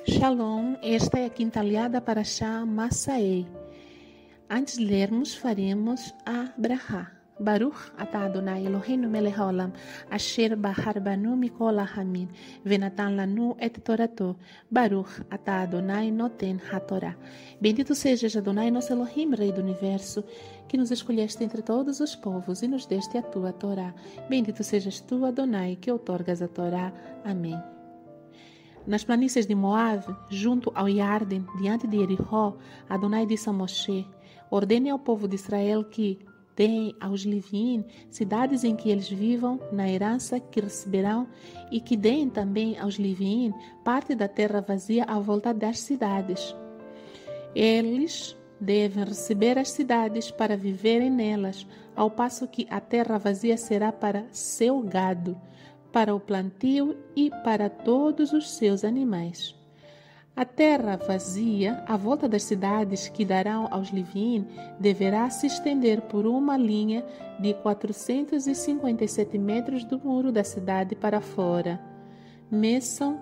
Shalom, esta é a quinta aliada para Shah Massaei. Antes de lermos, faremos a Brahá. Baruch atah Adonai Eloheinu melech haolam, asher bahar banu mikol hamin, venatan lanu et torato. Baruch atah Adonai noten hatorá. Bendito sejas Adonai, nosso Elohim, Rei do Universo, que nos escolheste entre todos os povos e nos deste a tua Torá. Bendito sejas tu, Adonai, que outorgas a Torá. Amém. Nas planícies de Moab, junto ao Yarden, diante de Jericó, Adonai disse a Moshe: ordene ao povo de Israel que deem aos Leviim cidades em que eles vivam na herança que receberão e que deem também aos Leviim parte da terra vazia à volta das cidades. Eles devem receber as cidades para viverem nelas, ao passo que a terra vazia será para seu gado, para o plantio e para todos os seus animais. A terra vazia, à volta das cidades que darão aos Leviim, deverá se estender por uma linha de 457 metros do muro da cidade para fora. Meçam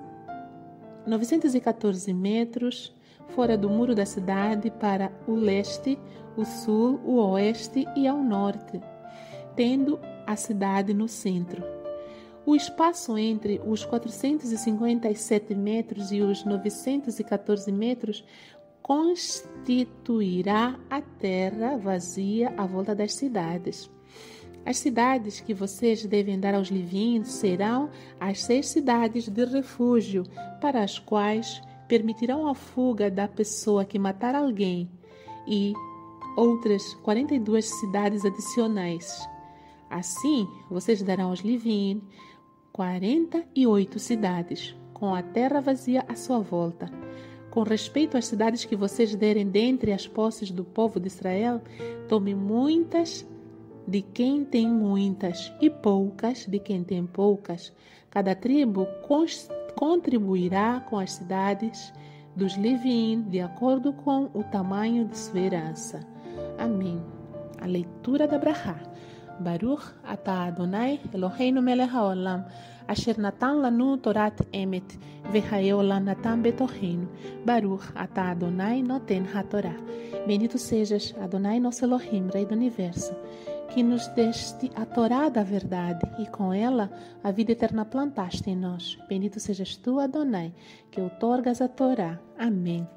914 metros fora do muro da cidade para o leste, o sul, o oeste e ao norte, tendo a cidade no centro. O espaço entre os 457 metros e os 914 metros constituirá a terra vazia à volta das cidades. As cidades que vocês devem dar aos Leviim serão as 6 cidades de refúgio, para as quais permitirão a fuga da pessoa que matar alguém, e outras 42 cidades adicionais. Assim, vocês darão aos Leviim 48 cidades, com a terra vazia à sua volta. Com respeito às cidades que vocês derem dentre as posses do povo de Israel, tome muitas de quem tem muitas e poucas de quem tem poucas. Cada tribo contribuirá com as cidades dos Leviim de acordo com o tamanho de sua herança. Amém. A leitura da Brahá. Baruch atah Adonai Eloheinu melech haolam, asher natan lanu torat emet, vehaeolam natan betoheinu. Baruch atah Adonai noten hatorá. Bendito sejas, Adonai, nosso Elohim, Rei do Universo, que nos deste a Torá da verdade, e com ela a vida eterna plantaste em nós. Bendito sejas tu, Adonai, que outorgas a Torá. Amém.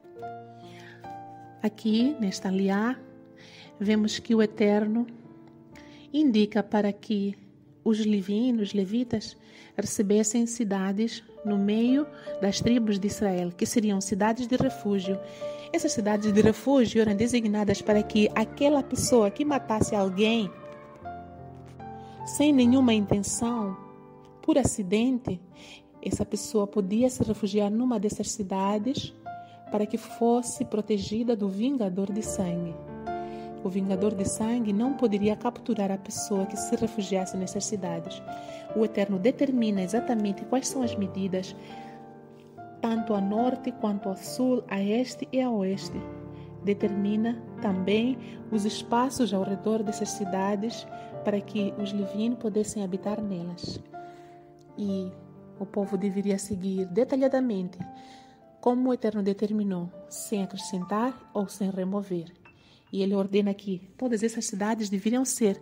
Aqui, nesta aliá, vemos que o Eterno indica para que os levitas, recebessem cidades no meio das tribos de Israel, que seriam cidades de refúgio. Essas cidades de refúgio eram designadas para que aquela pessoa que matasse alguém sem nenhuma intenção, por acidente, essa pessoa podia se refugiar numa dessas cidades para que fosse protegida do vingador de sangue. O vingador de sangue não poderia capturar a pessoa que se refugiasse nessas cidades. O Eterno determina exatamente quais são as medidas, tanto a norte quanto a sul, a este e a oeste. Determina também os espaços ao redor dessas cidades para que os Leviim pudessem habitar nelas. E o povo deveria seguir detalhadamente como o Eterno determinou, sem acrescentar ou sem remover. E ele ordena que todas essas cidades deveriam ser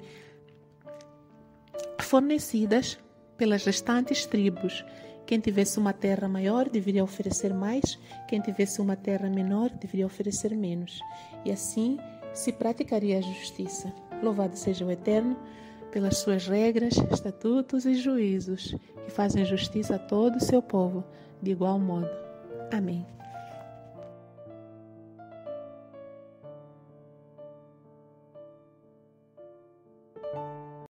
fornecidas pelas restantes tribos. Quem tivesse uma terra maior deveria oferecer mais, quem tivesse uma terra menor deveria oferecer menos. E assim se praticaria a justiça. Louvado seja o Eterno pelas suas regras, estatutos e juízos, que fazem justiça a todo o seu povo, de igual modo. Amém.